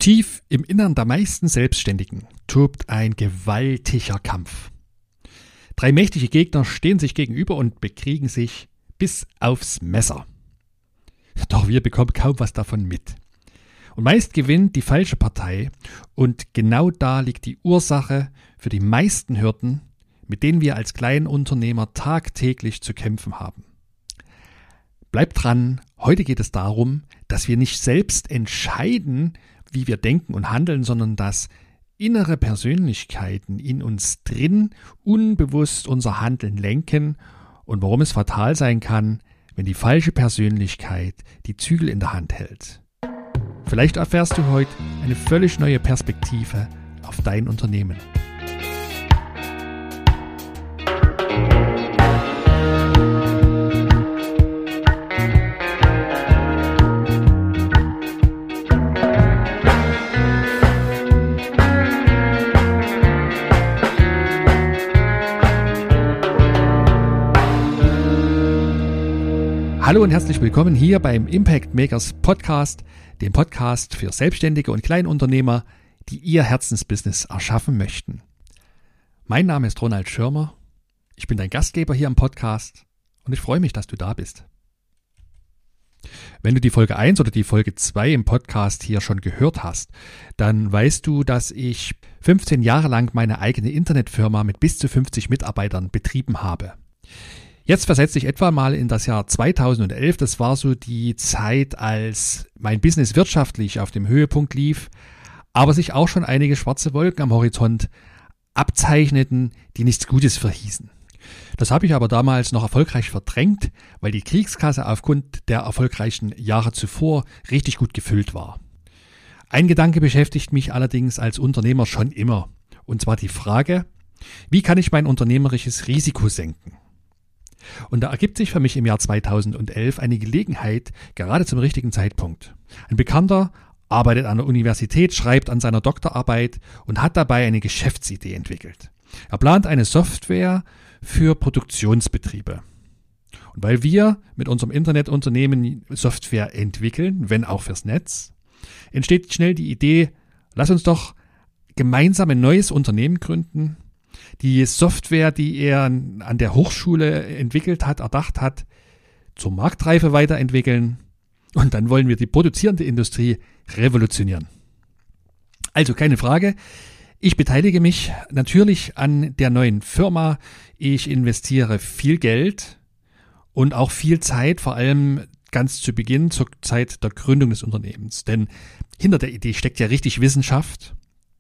Tief im Innern der meisten Selbstständigen tobt ein gewaltiger Kampf. 3 mächtige Gegner stehen sich gegenüber und bekriegen sich bis aufs Messer. Doch wir bekommen kaum was davon mit. Und meist gewinnt die falsche Partei und genau da liegt die Ursache für die meisten Hürden, mit denen wir als Kleinunternehmer tagtäglich zu kämpfen haben. Bleibt dran, heute geht es darum, dass wir nicht selbst entscheiden, wie wir denken und handeln, sondern dass innere Persönlichkeiten in uns drin unbewusst unser Handeln lenken und warum es fatal sein kann, wenn die falsche Persönlichkeit die Zügel in der Hand hält. Vielleicht erfährst du heute eine völlig neue Perspektive auf dein Unternehmen. Hallo und herzlich willkommen hier beim Impact Makers Podcast, dem Podcast für Selbstständige und Kleinunternehmer, die ihr Herzensbusiness erschaffen möchten. Mein Name ist Ronald Schirmer, ich bin dein Gastgeber hier im Podcast und ich freue mich, dass du da bist. Wenn du die Folge 1 oder die Folge 2 im Podcast hier schon gehört hast, dann weißt du, dass ich 15 Jahre lang meine eigene Internetfirma mit bis zu 50 Mitarbeitern betrieben habe. Jetzt versetze ich etwa mal in das Jahr 2011. Das war so die Zeit, als mein Business wirtschaftlich auf dem Höhepunkt lief, aber sich auch schon einige schwarze Wolken am Horizont abzeichneten, die nichts Gutes verhießen. Das habe ich aber damals noch erfolgreich verdrängt, weil die Kriegskasse aufgrund der erfolgreichen Jahre zuvor richtig gut gefüllt war. Ein Gedanke beschäftigt mich allerdings als Unternehmer schon immer, und zwar die Frage, wie kann ich mein unternehmerisches Risiko senken? Und da ergibt sich für mich im Jahr 2011 eine Gelegenheit, gerade zum richtigen Zeitpunkt. Ein Bekannter arbeitet an der Universität, schreibt an seiner Doktorarbeit und hat dabei eine Geschäftsidee entwickelt. Er plant eine Software für Produktionsbetriebe. Und weil wir mit unserem Internetunternehmen Software entwickeln, wenn auch fürs Netz, entsteht schnell die Idee, lass uns doch gemeinsam ein neues Unternehmen gründen, die Software, die er an der Hochschule entwickelt hat, erdacht hat, zur Marktreife weiterentwickeln und dann wollen wir die produzierende Industrie revolutionieren. Also keine Frage, ich beteilige mich natürlich an der neuen Firma, ich investiere viel Geld und auch viel Zeit, vor allem ganz zu Beginn, zur Zeit der Gründung des Unternehmens, denn hinter der Idee steckt ja richtig Wissenschaft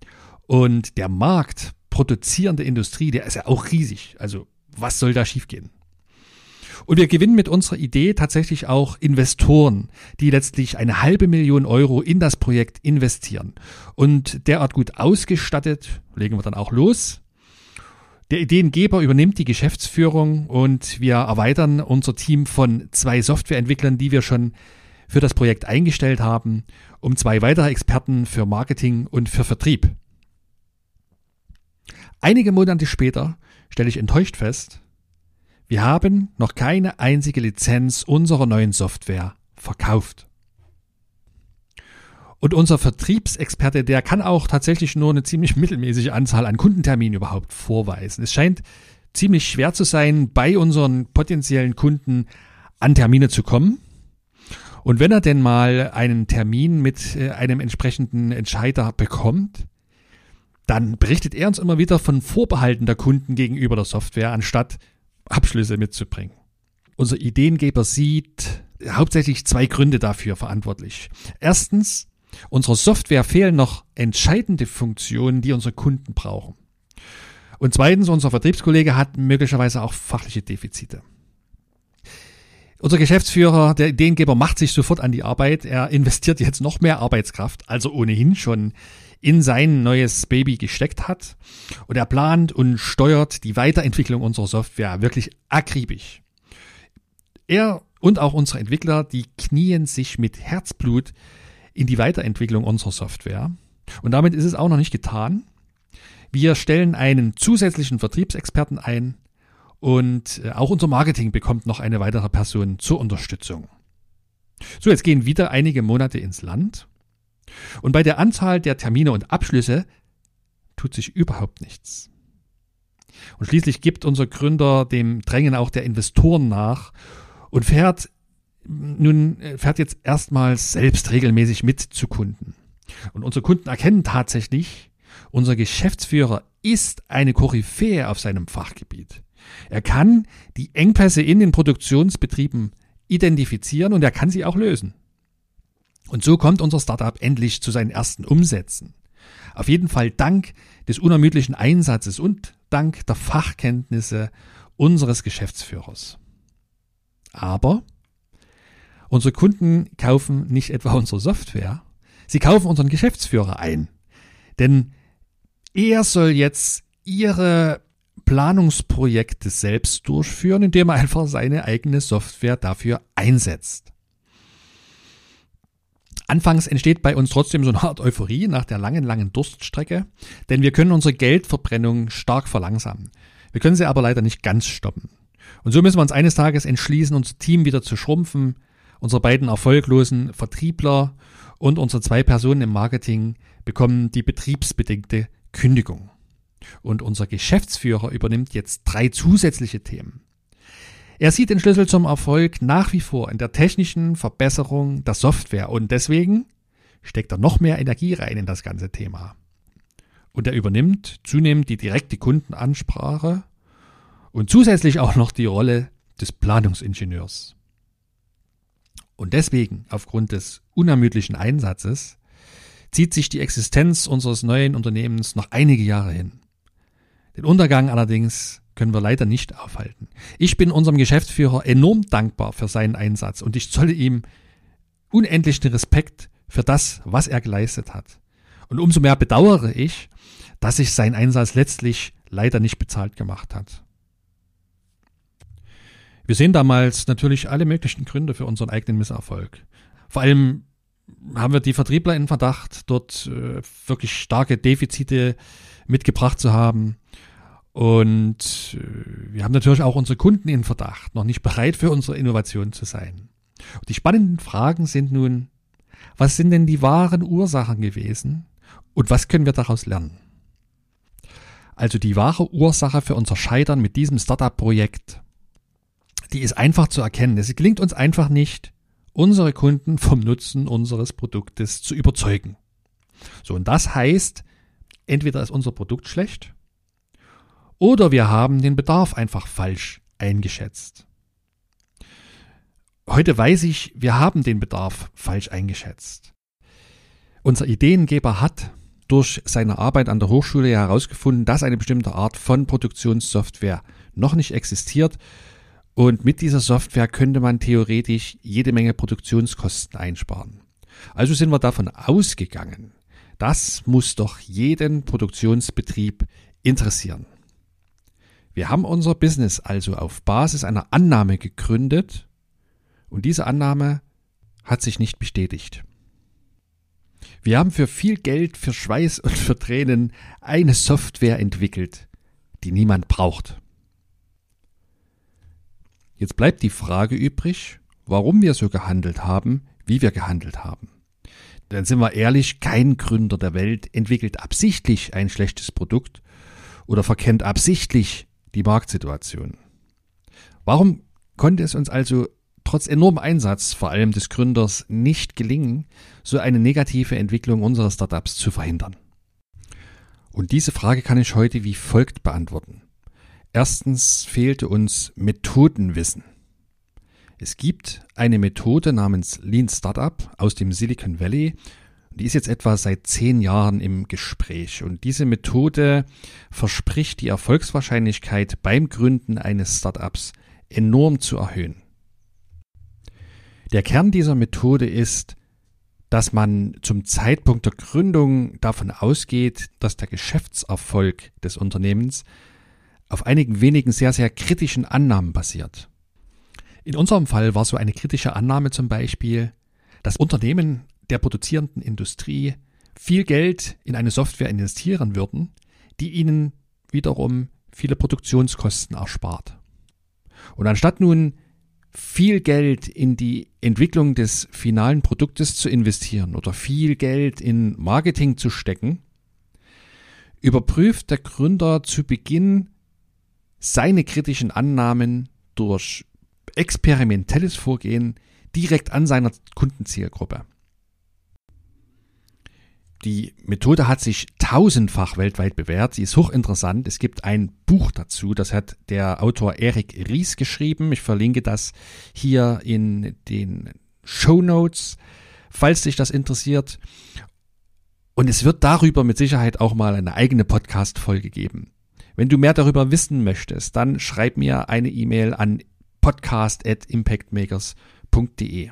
und der Markt, produzierende Industrie, der ist ja auch riesig. Also was soll da schiefgehen? Und wir gewinnen mit unserer Idee tatsächlich auch Investoren, die letztlich 500.000 Euro in das Projekt investieren. Und derart gut ausgestattet, legen wir dann auch los. Der Ideengeber übernimmt die Geschäftsführung und wir erweitern unser Team von 2 Softwareentwicklern, die wir schon für das Projekt eingestellt haben, um 2 weitere Experten für Marketing und für Vertrieb. Einige Monate später stelle ich enttäuscht fest, wir haben noch keine einzige Lizenz unserer neuen Software verkauft. Und unser Vertriebsexperte, der kann auch tatsächlich nur eine ziemlich mittelmäßige Anzahl an Kundenterminen überhaupt vorweisen. Es scheint ziemlich schwer zu sein, bei unseren potenziellen Kunden an Termine zu kommen. Und wenn er denn mal einen Termin mit einem entsprechenden Entscheider bekommt, dann berichtet er uns immer wieder von Vorbehalten der Kunden gegenüber der Software, anstatt Abschlüsse mitzubringen. Unser Ideengeber sieht hauptsächlich 2 Gründe dafür verantwortlich. Erstens, unserer Software fehlen noch entscheidende Funktionen, die unsere Kunden brauchen. Und zweitens, unser Vertriebskollege hat möglicherweise auch fachliche Defizite. Unser Geschäftsführer, der Ideengeber, macht sich sofort an die Arbeit. Er investiert jetzt noch mehr Arbeitskraft, also ohnehin schon in sein neues Baby gesteckt hat. Und er plant und steuert die Weiterentwicklung unserer Software wirklich akribisch. Er und auch unsere Entwickler, die knien sich mit Herzblut in die Weiterentwicklung unserer Software. Und damit ist es auch noch nicht getan. Wir stellen einen zusätzlichen Vertriebsexperten ein und auch unser Marketing bekommt noch eine weitere Person zur Unterstützung. So, jetzt gehen wieder einige Monate ins Land. Und bei der Anzahl der Termine und Abschlüsse tut sich überhaupt nichts. Und schließlich gibt unser Gründer dem Drängen auch der Investoren nach und fährt jetzt erstmals selbst regelmäßig mit zu Kunden. Und unsere Kunden erkennen tatsächlich, unser Geschäftsführer ist eine Koryphäe auf seinem Fachgebiet. Er kann die Engpässe in den Produktionsbetrieben identifizieren und er kann sie auch lösen. Und so kommt unser Startup endlich zu seinen ersten Umsätzen. Auf jeden Fall dank des unermüdlichen Einsatzes und dank der Fachkenntnisse unseres Geschäftsführers. Aber unsere Kunden kaufen nicht etwa unsere Software, sie kaufen unseren Geschäftsführer ein. Denn er soll jetzt ihre Planungsprojekte selbst durchführen, indem er einfach seine eigene Software dafür einsetzt. Anfangs entsteht bei uns trotzdem so eine Art Euphorie nach der langen Durststrecke, denn wir können unsere Geldverbrennung stark verlangsamen. Wir können sie aber leider nicht ganz stoppen. Und so müssen wir uns eines Tages entschließen, unser Team wieder zu schrumpfen, unsere beiden erfolglosen Vertriebler und unsere 2 Personen im Marketing bekommen die betriebsbedingte Kündigung. Und unser Geschäftsführer übernimmt jetzt 3 zusätzliche Themen. Er sieht den Schlüssel zum Erfolg nach wie vor in der technischen Verbesserung der Software und deswegen steckt er noch mehr Energie rein in das ganze Thema. Und er übernimmt zunehmend die direkte Kundenansprache und zusätzlich auch noch die Rolle des Planungsingenieurs. Und deswegen, aufgrund des unermüdlichen Einsatzes, zieht sich die Existenz unseres neuen Unternehmens noch einige Jahre hin. Den Untergang allerdings können wir leider nicht aufhalten. Ich bin unserem Geschäftsführer enorm dankbar für seinen Einsatz und ich zolle ihm unendlichen Respekt für das, was er geleistet hat. Und umso mehr bedauere ich, dass sich sein Einsatz letztlich leider nicht bezahlt gemacht hat. Wir sehen damals natürlich alle möglichen Gründe für unseren eigenen Misserfolg. Vor allem haben wir die Vertriebler in Verdacht, dort wirklich starke Defizite mitgebracht zu haben. Und wir haben natürlich auch unsere Kunden in Verdacht, noch nicht bereit für unsere Innovation zu sein. Und die spannenden Fragen sind nun, was sind denn die wahren Ursachen gewesen und was können wir daraus lernen? Also die wahre Ursache für unser Scheitern mit diesem Startup-Projekt, die ist einfach zu erkennen. Es gelingt uns einfach nicht, unsere Kunden vom Nutzen unseres Produktes zu überzeugen. So, und das heißt, entweder ist unser Produkt schlecht oder wir haben den Bedarf einfach falsch eingeschätzt. Heute weiß ich, wir haben den Bedarf falsch eingeschätzt. Unser Ideengeber hat durch seine Arbeit an der Hochschule herausgefunden, dass eine bestimmte Art von Produktionssoftware noch nicht existiert. Und mit dieser Software könnte man theoretisch jede Menge Produktionskosten einsparen. Also sind wir davon ausgegangen, das muss doch jeden Produktionsbetrieb interessieren. Wir haben unser Business also auf Basis einer Annahme gegründet und diese Annahme hat sich nicht bestätigt. Wir haben für viel Geld, für Schweiß und für Tränen eine Software entwickelt, die niemand braucht. Jetzt bleibt die Frage übrig, warum wir so gehandelt haben, wie wir gehandelt haben. Denn sind wir ehrlich, kein Gründer der Welt entwickelt absichtlich ein schlechtes Produkt oder verkennt absichtlich die Marktsituation. Warum konnte es uns also trotz enormem Einsatz, vor allem des Gründers, nicht gelingen, so eine negative Entwicklung unseres Startups zu verhindern? Und diese Frage kann ich heute wie folgt beantworten. Erstens fehlte uns Methodenwissen. Es gibt eine Methode namens Lean Startup aus dem Silicon Valley. Die ist jetzt etwa seit 10 Jahren im Gespräch. Und diese Methode verspricht die Erfolgswahrscheinlichkeit beim Gründen eines Startups enorm zu erhöhen. Der Kern dieser Methode ist, dass man zum Zeitpunkt der Gründung davon ausgeht, dass der Geschäftserfolg des Unternehmens auf einigen wenigen sehr, sehr kritischen Annahmen basiert. In unserem Fall war so eine kritische Annahme zum Beispiel, dass Unternehmen der produzierenden Industrie viel Geld in eine Software investieren würden, die ihnen wiederum viele Produktionskosten erspart. Und anstatt nun viel Geld in die Entwicklung des finalen Produktes zu investieren oder viel Geld in Marketing zu stecken, überprüft der Gründer zu Beginn seine kritischen Annahmen durch experimentelles Vorgehen direkt an seiner Kundenzielgruppe. Die Methode hat sich tausendfach weltweit bewährt. Sie ist hochinteressant. Es gibt ein Buch dazu, das hat der Autor Eric Ries geschrieben. Ich verlinke das hier in den Shownotes, falls dich das interessiert. Und es wird darüber mit Sicherheit auch mal eine eigene Podcast-Folge geben. Wenn du mehr darüber wissen möchtest, dann schreib mir eine E-Mail an podcast@impactmakers.de.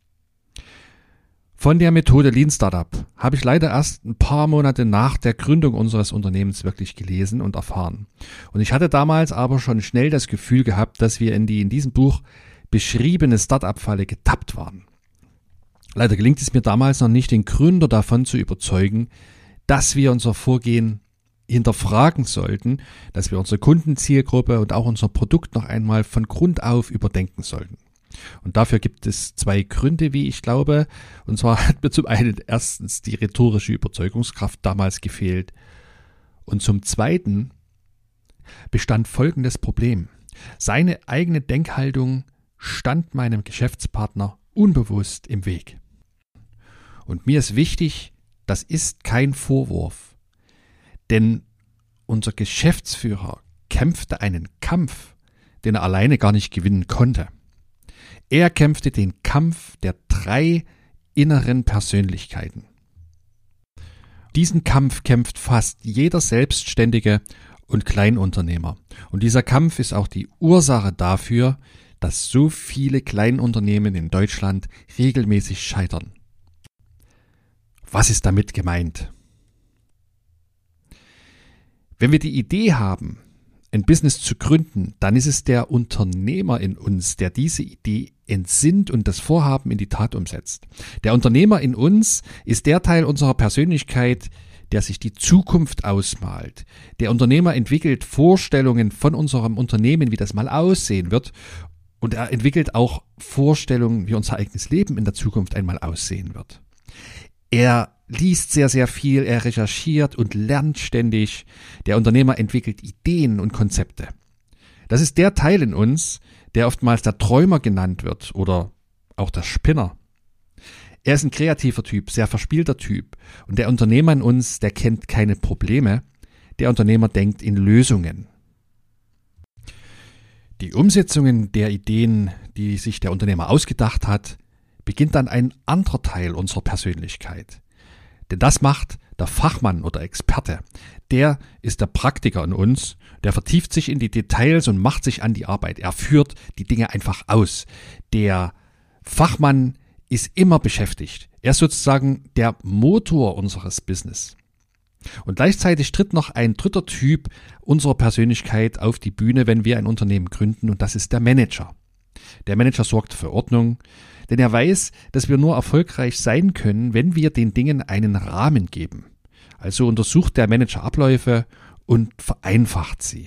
Von der Methode Lean Startup habe ich leider erst ein paar Monate nach der Gründung unseres Unternehmens wirklich gelesen und erfahren. Und ich hatte damals aber schon schnell das Gefühl gehabt, dass wir in die in diesem Buch beschriebene Startup-Falle getappt waren. Leider gelingt es mir damals noch nicht, den Gründer davon zu überzeugen, dass wir unser Vorgehen hinterfragen sollten, dass wir unsere Kundenzielgruppe und auch unser Produkt noch einmal von Grund auf überdenken sollten. Und dafür gibt es zwei Gründe, wie ich glaube. Und zwar hat mir zum einen erstens die rhetorische Überzeugungskraft damals gefehlt. Und zum zweiten bestand folgendes Problem. Seine eigene Denkhaltung stand meinem Geschäftspartner unbewusst im Weg. Und mir ist wichtig, das ist kein Vorwurf. Denn unser Geschäftsführer kämpfte einen Kampf, den er alleine gar nicht gewinnen konnte. Er kämpfte den Kampf der 3 inneren Persönlichkeiten. Diesen Kampf kämpft fast jeder Selbstständige und Kleinunternehmer. Und dieser Kampf ist auch die Ursache dafür, dass so viele Kleinunternehmen in Deutschland regelmäßig scheitern. Was ist damit gemeint? Wenn wir die Idee haben, ein Business zu gründen, dann ist es der Unternehmer in uns, der diese Idee entsinnt und das Vorhaben in die Tat umsetzt. Der Unternehmer in uns ist der Teil unserer Persönlichkeit, der sich die Zukunft ausmalt. Der Unternehmer entwickelt Vorstellungen von unserem Unternehmen, wie das mal aussehen wird. Und er entwickelt auch Vorstellungen, wie unser eigenes Leben in der Zukunft einmal aussehen wird. Er liest sehr, sehr viel, er recherchiert und lernt ständig. Der Unternehmer entwickelt Ideen und Konzepte. Das ist der Teil in uns, der oftmals der Träumer genannt wird oder auch der Spinner. Er ist ein kreativer Typ, sehr verspielter Typ. Und der Unternehmer in uns, der kennt keine Probleme. Der Unternehmer denkt in Lösungen. Die Umsetzungen der Ideen, die sich der Unternehmer ausgedacht hat, beginnt dann ein anderer Teil unserer Persönlichkeit. Denn das macht der Fachmann oder Experte. Der ist der Praktiker in uns, der vertieft sich in die Details und macht sich an die Arbeit. Er führt die Dinge einfach aus. Der Fachmann ist immer beschäftigt. Er ist sozusagen der Motor unseres Business. Und gleichzeitig tritt noch ein dritter Typ unserer Persönlichkeit auf die Bühne, wenn wir ein Unternehmen gründen, und das ist der Manager. Der Manager sorgt für Ordnung, denn er weiß, dass wir nur erfolgreich sein können, wenn wir den Dingen einen Rahmen geben. Also untersucht der Manager Abläufe und vereinfacht sie.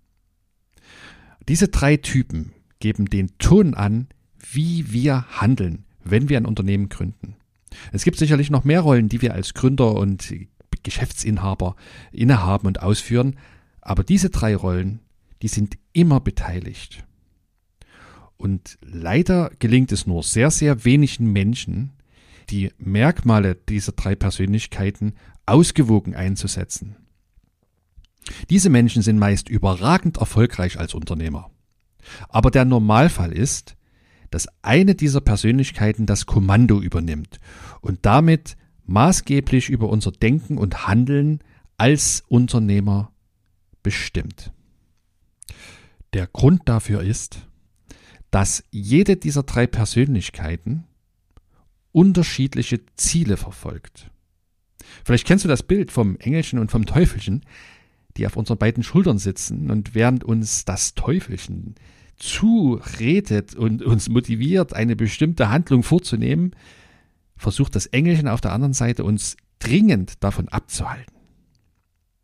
Diese 3 Typen geben den Ton an, wie wir handeln, wenn wir ein Unternehmen gründen. Es gibt sicherlich noch mehr Rollen, die wir als Gründer und Geschäftsinhaber innehaben und ausführen, aber diese 3 Rollen, die sind immer beteiligt. Und leider gelingt es nur sehr, sehr wenigen Menschen, die Merkmale dieser 3 Persönlichkeiten ausgewogen einzusetzen. Diese Menschen sind meist überragend erfolgreich als Unternehmer. Aber der Normalfall ist, dass eine dieser Persönlichkeiten das Kommando übernimmt und damit maßgeblich über unser Denken und Handeln als Unternehmer bestimmt. Der Grund dafür ist, dass jede dieser 3 Persönlichkeiten unterschiedliche Ziele verfolgt. Vielleicht kennst du das Bild vom Engelchen und vom Teufelchen, die auf unseren beiden Schultern sitzen, und während uns das Teufelchen zuredet und uns motiviert, eine bestimmte Handlung vorzunehmen, versucht das Engelchen auf der anderen Seite uns dringend davon abzuhalten.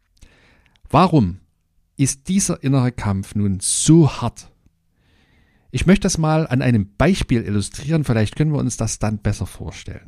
Warum ist dieser innere Kampf nun so hart? Ich möchte das mal an einem Beispiel illustrieren, vielleicht können wir uns das dann besser vorstellen.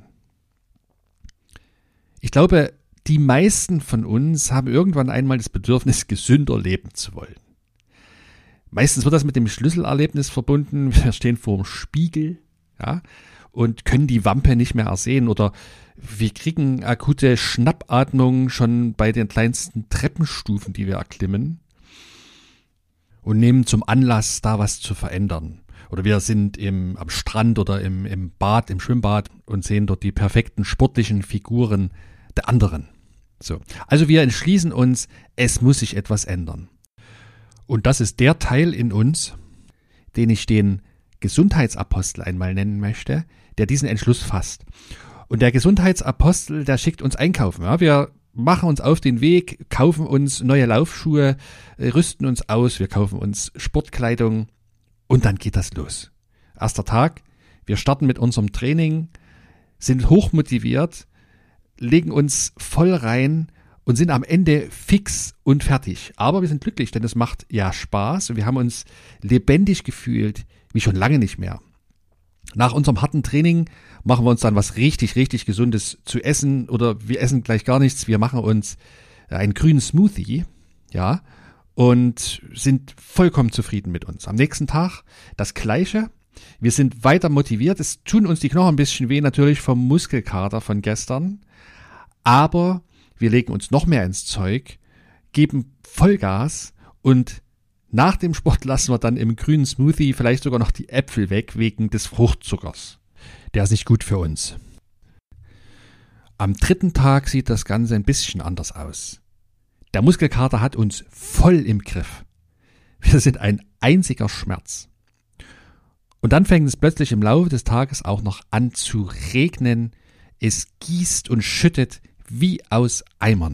Ich glaube, die meisten von uns haben irgendwann einmal das Bedürfnis, gesünder leben zu wollen. Meistens wird das mit dem Schlüsselerlebnis verbunden. Wir stehen vor dem Spiegel, ja, und können die Wampe nicht mehr ersehen oder wir kriegen akute Schnappatmung schon bei den kleinsten Treppenstufen, die wir erklimmen und nehmen zum Anlass, da was zu verändern. Oder wir sind am Strand oder im Bad, im Schwimmbad und sehen dort die perfekten sportlichen Figuren der anderen. So. Also wir entschließen uns, es muss sich etwas ändern. Und das ist der Teil in uns, den ich den Gesundheitsapostel einmal nennen möchte, der diesen Entschluss fasst. Und der Gesundheitsapostel, der schickt uns einkaufen. Ja? Wir machen uns auf den Weg, kaufen uns neue Laufschuhe, rüsten uns aus, wir kaufen uns Sportkleidung und dann geht das los. Erster Tag, wir starten mit unserem Training, sind hochmotiviert, legen uns voll rein und sind am Ende fix und fertig. Aber wir sind glücklich, denn es macht ja Spaß und wir haben uns lebendig gefühlt, wie schon lange nicht mehr. Nach unserem harten Training machen wir uns dann was richtig, richtig Gesundes zu essen oder wir essen gleich gar nichts. Wir machen uns einen grünen Smoothie, ja, und sind vollkommen zufrieden mit uns. Am nächsten Tag das Gleiche. Wir sind weiter motiviert. Es tun uns die Knochen ein bisschen weh, natürlich vom Muskelkater von gestern. Aber wir legen uns noch mehr ins Zeug, geben Vollgas und nach dem Sport lassen wir dann im grünen Smoothie vielleicht sogar noch die Äpfel weg wegen des Fruchtzuckers. Der ist nicht gut für uns. Am dritten Tag sieht das Ganze ein bisschen anders aus. Der Muskelkater hat uns voll im Griff. Wir sind ein einziger Schmerz. Und dann fängt es plötzlich im Laufe des Tages auch noch an zu regnen. Es gießt und schüttet wie aus Eimern.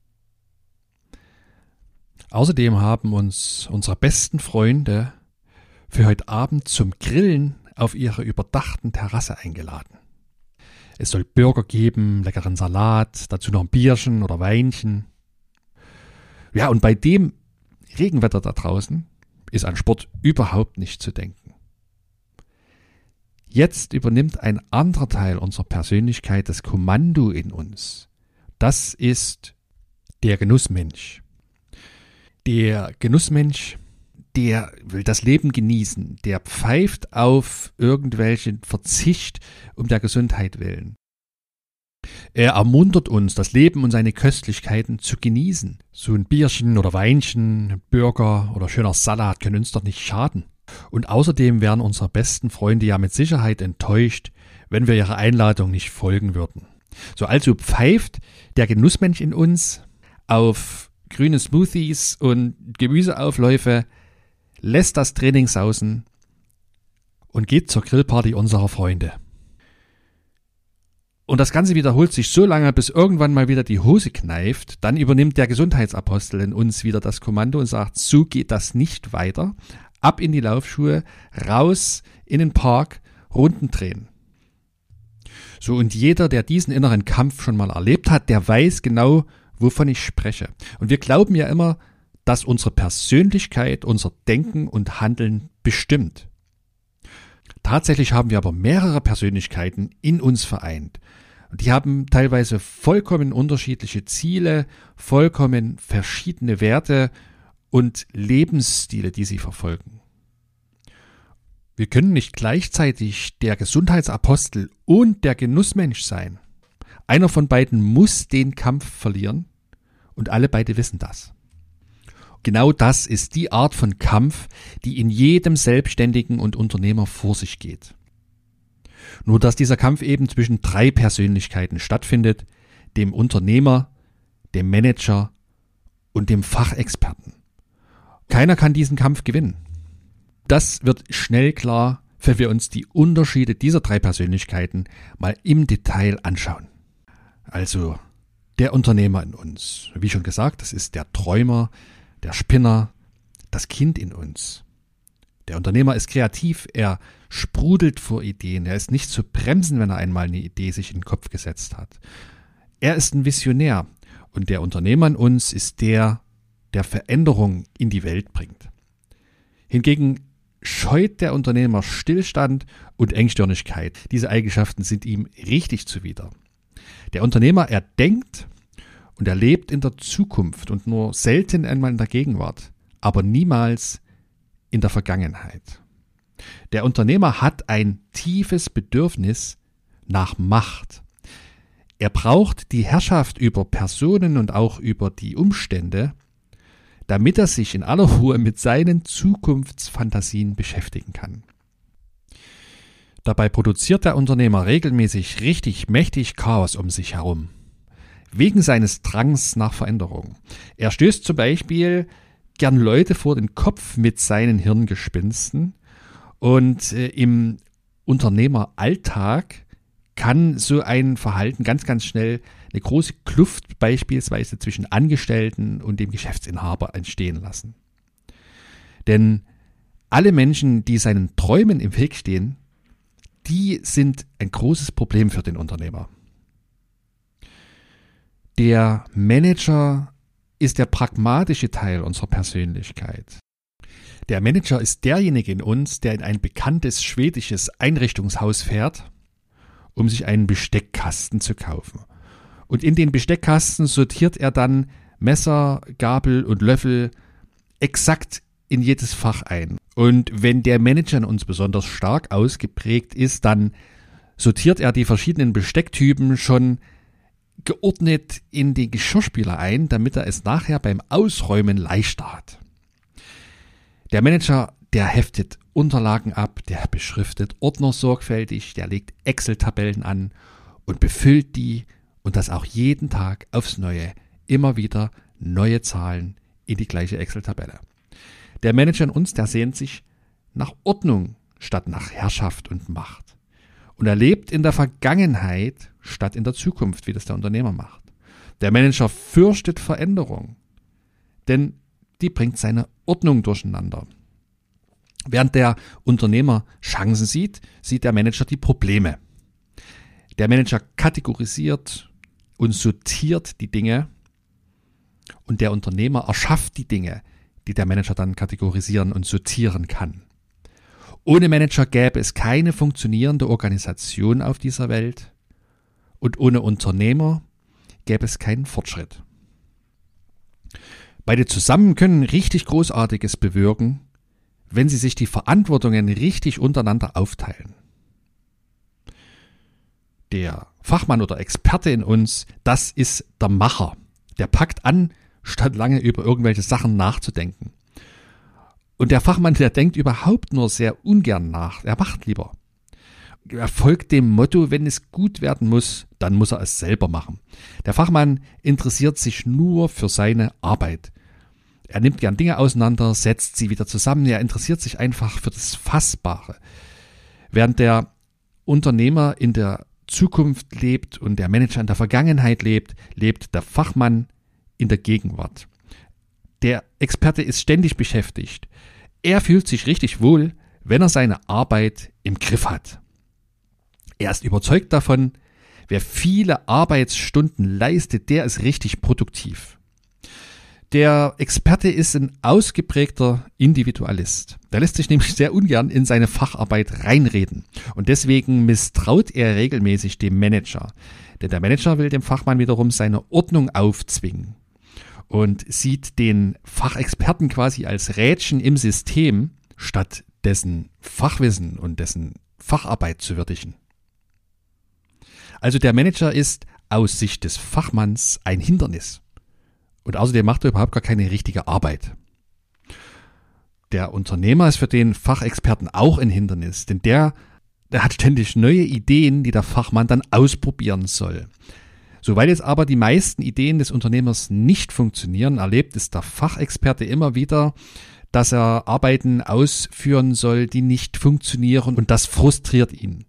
Außerdem haben uns unsere besten Freunde für heute Abend zum Grillen auf ihre überdachten Terrasse eingeladen. Es soll Burger geben, leckeren Salat, dazu noch ein Bierchen oder Weinchen. Ja, und bei dem Regenwetter da draußen ist an Sport überhaupt nicht zu denken. Jetzt übernimmt ein anderer Teil unserer Persönlichkeit das Kommando in uns. Das ist der Genussmensch. Der Genussmensch, der will das Leben genießen, der pfeift auf irgendwelchen Verzicht um der Gesundheit willen. Er ermuntert uns, das Leben und seine Köstlichkeiten zu genießen. So ein Bierchen oder Weinchen, Burger oder schöner Salat können uns doch nicht schaden. Und außerdem wären unsere besten Freunde ja mit Sicherheit enttäuscht, wenn wir ihrer Einladung nicht folgen würden. So also pfeift der Genussmensch in uns auf grüne Smoothies und Gemüseaufläufe, lässt das Training sausen und geht zur Grillparty unserer Freunde. Und das Ganze wiederholt sich so lange, bis irgendwann mal wieder die Hose kneift. Dann übernimmt der Gesundheitsapostel in uns wieder das Kommando und sagt, so geht das nicht weiter. Ab in die Laufschuhe, raus in den Park, Runden drehen. So, und jeder, der diesen inneren Kampf schon mal erlebt hat, der weiß genau, wovon ich spreche. Und wir glauben ja immer, dass unsere Persönlichkeit, unser Denken und Handeln bestimmt. Tatsächlich haben wir aber mehrere Persönlichkeiten in uns vereint. Und die haben teilweise vollkommen unterschiedliche Ziele, vollkommen verschiedene Werte und Lebensstile, die sie verfolgen. Wir können nicht gleichzeitig der Gesundheitsapostel und der Genussmensch sein. Einer von beiden muss den Kampf verlieren und alle beide wissen das. Genau das ist die Art von Kampf, die in jedem Selbstständigen und Unternehmer vor sich geht. Nur dass dieser Kampf eben zwischen 3 Persönlichkeiten stattfindet, dem Unternehmer, dem Manager und dem Fachexperten. Keiner kann diesen Kampf gewinnen. Das wird schnell klar, wenn wir uns die Unterschiede dieser 3 Persönlichkeiten mal im Detail anschauen. Also der Unternehmer in uns. Wie schon gesagt, das ist der Träumer, der Spinner, das Kind in uns. Der Unternehmer ist kreativ, er sprudelt vor Ideen, er ist nicht zu bremsen, wenn er einmal eine Idee sich in den Kopf gesetzt hat. Er ist ein Visionär und der Unternehmer in uns ist der, der Veränderung in die Welt bringt. Hingegen scheut der Unternehmer Stillstand und Engstirnigkeit. Diese Eigenschaften sind ihm richtig zuwider. Der Unternehmer, er denkt und er lebt in der Zukunft und nur selten einmal in der Gegenwart, aber niemals in der Vergangenheit. Der Unternehmer hat ein tiefes Bedürfnis nach Macht. Er braucht die Herrschaft über Personen und auch über die Umstände, damit er sich in aller Ruhe mit seinen Zukunftsfantasien beschäftigen kann. Dabei produziert der Unternehmer regelmäßig richtig mächtig Chaos um sich herum, wegen seines Drangs nach Veränderung. Er stößt zum Beispiel gern Leute vor den Kopf mit seinen Hirngespinsten und im Unternehmeralltag kann so ein Verhalten ganz, ganz schnell eine große Kluft beispielsweise zwischen Angestellten und dem Geschäftsinhaber entstehen lassen. Denn alle Menschen, die seinen Träumen im Weg stehen, die sind ein großes Problem für den Unternehmer. Der Manager ist der pragmatische Teil unserer Persönlichkeit. Der Manager ist derjenige in uns, der in ein bekanntes schwedisches Einrichtungshaus fährt, um sich einen Besteckkasten zu kaufen. Und in den Besteckkasten sortiert er dann Messer, Gabel und Löffel exakt in jedes Fach ein. Und wenn der Manager in uns besonders stark ausgeprägt ist, dann sortiert er die verschiedenen Bestecktypen schon geordnet in den Geschirrspüler ein, damit er es nachher beim Ausräumen leichter hat. Der Manager, der heftet Unterlagen ab, der beschriftet Ordner sorgfältig, der legt Excel-Tabellen an und befüllt die und das auch jeden Tag aufs Neue, immer wieder neue Zahlen in die gleiche Excel-Tabelle. Der Manager in uns, der sehnt sich nach Ordnung statt nach Herrschaft und Macht. Und er lebt in der Vergangenheit statt in der Zukunft, wie das der Unternehmer macht. Der Manager fürchtet Veränderung, denn die bringt seine Ordnung durcheinander. Während der Unternehmer Chancen sieht, sieht der Manager die Probleme. Der Manager kategorisiert und sortiert die Dinge und der Unternehmer erschafft die Dinge, die der Manager dann kategorisieren und sortieren kann. Ohne Manager gäbe es keine funktionierende Organisation auf dieser Welt und ohne Unternehmer gäbe es keinen Fortschritt. Beide zusammen können richtig Großartiges bewirken, wenn sie sich die Verantwortungen richtig untereinander aufteilen. Der Fachmann oder Experte in uns, das ist der Macher. Der packt an, statt lange über irgendwelche Sachen nachzudenken. Und der Fachmann, der denkt überhaupt nur sehr ungern nach. Er macht lieber. Er folgt dem Motto, wenn es gut werden muss, dann muss er es selber machen. Der Fachmann interessiert sich nur für seine Arbeit. Er nimmt gern Dinge auseinander, setzt sie wieder zusammen. Er interessiert sich einfach für das Fassbare. Während der Unternehmer in der Zukunft lebt und der Manager in der Vergangenheit lebt, lebt der Fachmann in der Gegenwart. Der Experte ist ständig beschäftigt. Er fühlt sich richtig wohl, wenn er seine Arbeit im Griff hat. Er ist überzeugt davon, wer viele Arbeitsstunden leistet, der ist richtig produktiv. Der Experte ist ein ausgeprägter Individualist. Der lässt sich nämlich sehr ungern in seine Facharbeit reinreden. Und deswegen misstraut er regelmäßig dem Manager. Denn der Manager will dem Fachmann wiederum seine Ordnung aufzwingen und sieht den Fachexperten quasi als Rädchen im System, statt dessen Fachwissen und dessen Facharbeit zu würdigen. Also der Manager ist aus Sicht des Fachmanns ein Hindernis. Und außerdem macht er überhaupt gar keine richtige Arbeit. Der Unternehmer ist für den Fachexperten auch ein Hindernis, denn der hat ständig neue Ideen, die der Fachmann dann ausprobieren soll. Soweit jetzt aber die meisten Ideen des Unternehmers nicht funktionieren, erlebt es der Fachexperte immer wieder, dass er Arbeiten ausführen soll, die nicht funktionieren, und das frustriert ihn.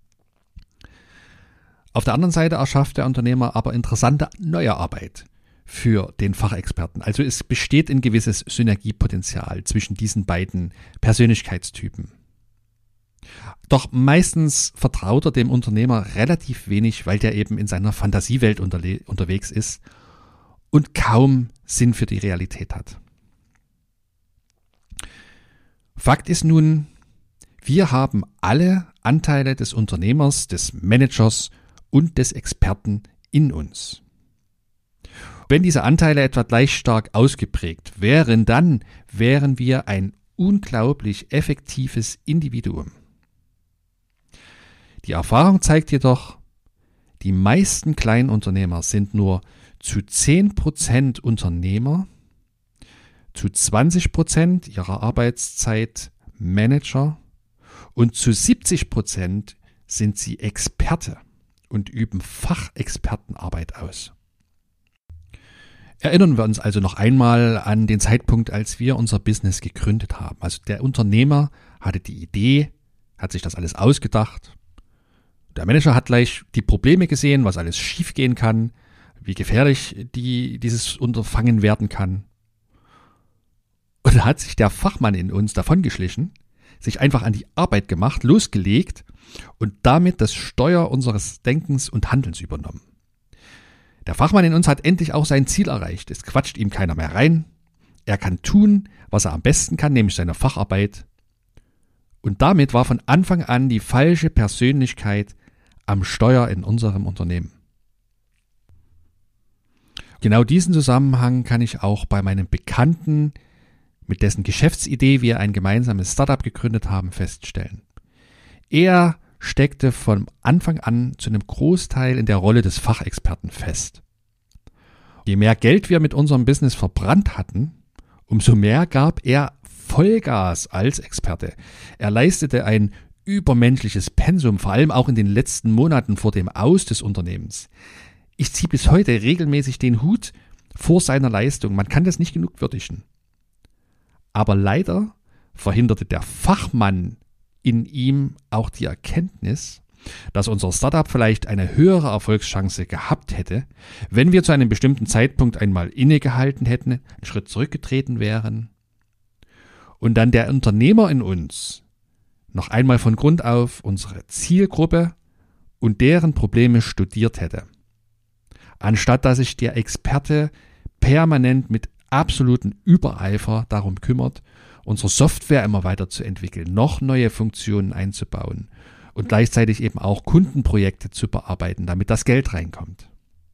Auf der anderen Seite erschafft der Unternehmer aber interessante neue Arbeit für den Fachexperten. Also es besteht ein gewisses Synergiepotenzial zwischen diesen beiden Persönlichkeitstypen. Doch meistens vertraut er dem Unternehmer relativ wenig, weil der eben in seiner Fantasiewelt unterwegs ist und kaum Sinn für die Realität hat. Fakt ist nun, wir haben alle Anteile des Unternehmers, des Managers und des Experten in uns. Wenn diese Anteile etwa gleich stark ausgeprägt wären, dann wären wir ein unglaublich effektives Individuum. Die Erfahrung zeigt jedoch, die meisten Kleinunternehmer sind nur zu 10% Unternehmer, zu 20% ihrer Arbeitszeit Manager und zu 70% sind sie Experte und üben Fachexpertenarbeit aus. Erinnern wir uns also noch einmal an den Zeitpunkt, als wir unser Business gegründet haben. Also der Unternehmer hatte die Idee, hat sich das alles ausgedacht. Der Manager hat gleich die Probleme gesehen, was alles schiefgehen kann, wie gefährlich dieses Unterfangen werden kann. Und da hat sich der Fachmann in uns davongeschlichen, sich einfach an die Arbeit gemacht, losgelegt und damit das Steuer unseres Denkens und Handelns übernommen. Der Fachmann in uns hat endlich auch sein Ziel erreicht. Es quatscht ihm keiner mehr rein. Er kann tun, was er am besten kann, nämlich seine Facharbeit. Und damit war von Anfang an die falsche Persönlichkeit am Steuer in unserem Unternehmen. Genau diesen Zusammenhang kann ich auch bei meinem Bekannten, mit dessen Geschäftsidee wir ein gemeinsames Startup gegründet haben, feststellen. Er steckte von Anfang an zu einem Großteil in der Rolle des Fachexperten fest. Je mehr Geld wir mit unserem Business verbrannt hatten, umso mehr gab er Vollgas als Experte. Er leistete ein übermenschliches Pensum, vor allem auch in den letzten Monaten vor dem Aus des Unternehmens. Ich ziehe bis heute regelmäßig den Hut vor seiner Leistung. Man kann das nicht genug würdigen. Aber leider verhinderte der Fachmann in ihm auch die Erkenntnis, dass unser Startup vielleicht eine höhere Erfolgschance gehabt hätte, wenn wir zu einem bestimmten Zeitpunkt einmal innegehalten hätten, einen Schritt zurückgetreten wären und dann der Unternehmer in uns noch einmal von Grund auf unsere Zielgruppe und deren Probleme studiert hätte, anstatt dass sich der Experte permanent mit absoluten Übereifer darum kümmert, unsere Software immer weiter zu entwickeln, noch neue Funktionen einzubauen und gleichzeitig eben auch Kundenprojekte zu bearbeiten, damit das Geld reinkommt.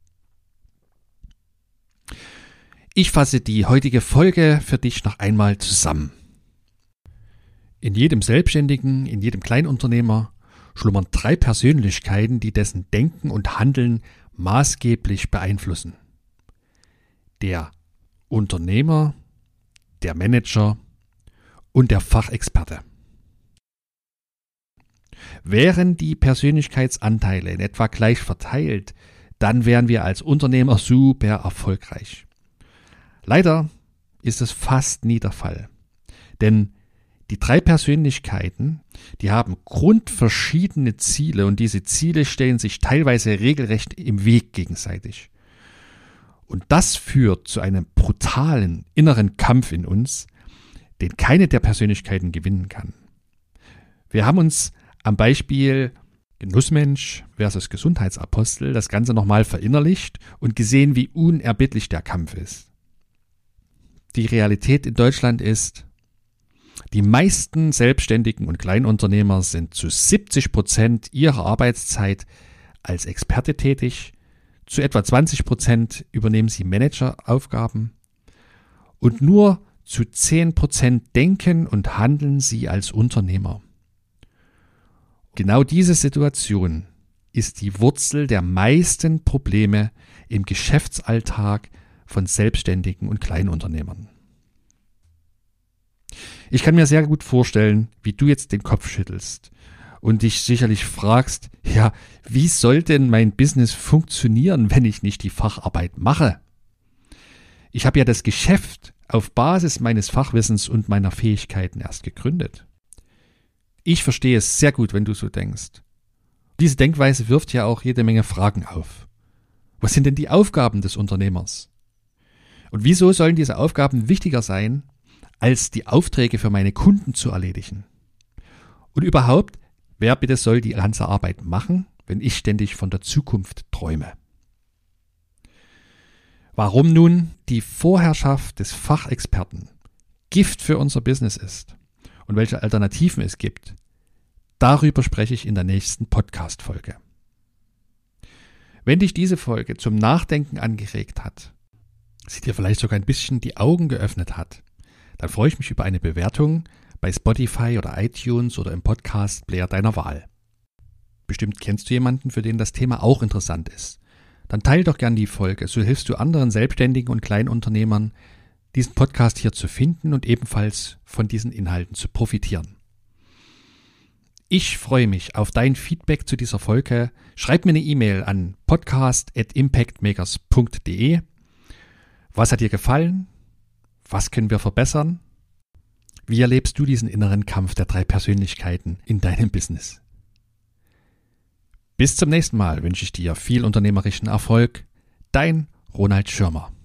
Ich fasse die heutige Folge für dich noch einmal zusammen. In jedem Selbstständigen, in jedem Kleinunternehmer schlummern 3 Persönlichkeiten, die dessen Denken und Handeln maßgeblich beeinflussen. Der Unternehmer, der Manager und der Fachexperte. Wären die Persönlichkeitsanteile in etwa gleich verteilt, dann wären wir als Unternehmer super erfolgreich. Leider ist es fast nie der Fall, denn die 3 Persönlichkeiten, die haben grundverschiedene Ziele und diese Ziele stellen sich teilweise regelrecht im Weg gegenseitig. Und das führt zu einem brutalen inneren Kampf in uns, den keine der Persönlichkeiten gewinnen kann. Wir haben uns am Beispiel Genussmensch versus Gesundheitsapostel das Ganze nochmal verinnerlicht und gesehen, wie unerbittlich der Kampf ist. Die Realität in Deutschland ist, die meisten Selbstständigen und Kleinunternehmer sind zu 70% ihrer Arbeitszeit als Experte tätig, zu etwa 20% übernehmen sie Manageraufgaben und nur zu 10% denken und handeln sie als Unternehmer. Genau diese Situation ist die Wurzel der meisten Probleme im Geschäftsalltag von Selbstständigen und Kleinunternehmern. Ich kann mir sehr gut vorstellen, wie du jetzt den Kopf schüttelst und dich sicherlich fragst, ja, wie soll denn mein Business funktionieren, wenn ich nicht die Facharbeit mache? Ich habe ja das Geschäft auf Basis meines Fachwissens und meiner Fähigkeiten erst gegründet. Ich verstehe es sehr gut, wenn du so denkst. Diese Denkweise wirft ja auch jede Menge Fragen auf. Was sind denn die Aufgaben des Unternehmers? Und wieso sollen diese Aufgaben wichtiger sein, als die Aufträge für meine Kunden zu erledigen? Und überhaupt, wer bitte soll die ganze Arbeit machen, wenn ich ständig von der Zukunft träume? Warum nun die Vorherrschaft des Fachexperten Gift für unser Business ist und welche Alternativen es gibt, darüber spreche ich in der nächsten Podcast-Folge. Wenn dich diese Folge zum Nachdenken angeregt hat, sie dir vielleicht sogar ein bisschen die Augen geöffnet hat, dann freue ich mich über eine Bewertung bei Spotify oder iTunes oder im Podcast-Player deiner Wahl. Bestimmt kennst du jemanden, für den das Thema auch interessant ist. Dann teile doch gern die Folge, so hilfst du anderen Selbstständigen und Kleinunternehmern, diesen Podcast hier zu finden und ebenfalls von diesen Inhalten zu profitieren. Ich freue mich auf dein Feedback zu dieser Folge. Schreib mir eine E-Mail an podcast@impactmakers.de. Was hat dir gefallen? Was können wir verbessern? Wie erlebst du diesen inneren Kampf der 3 Persönlichkeiten in deinem Business? Bis zum nächsten Mal wünsche ich dir viel unternehmerischen Erfolg. Dein Ronald Schirmer.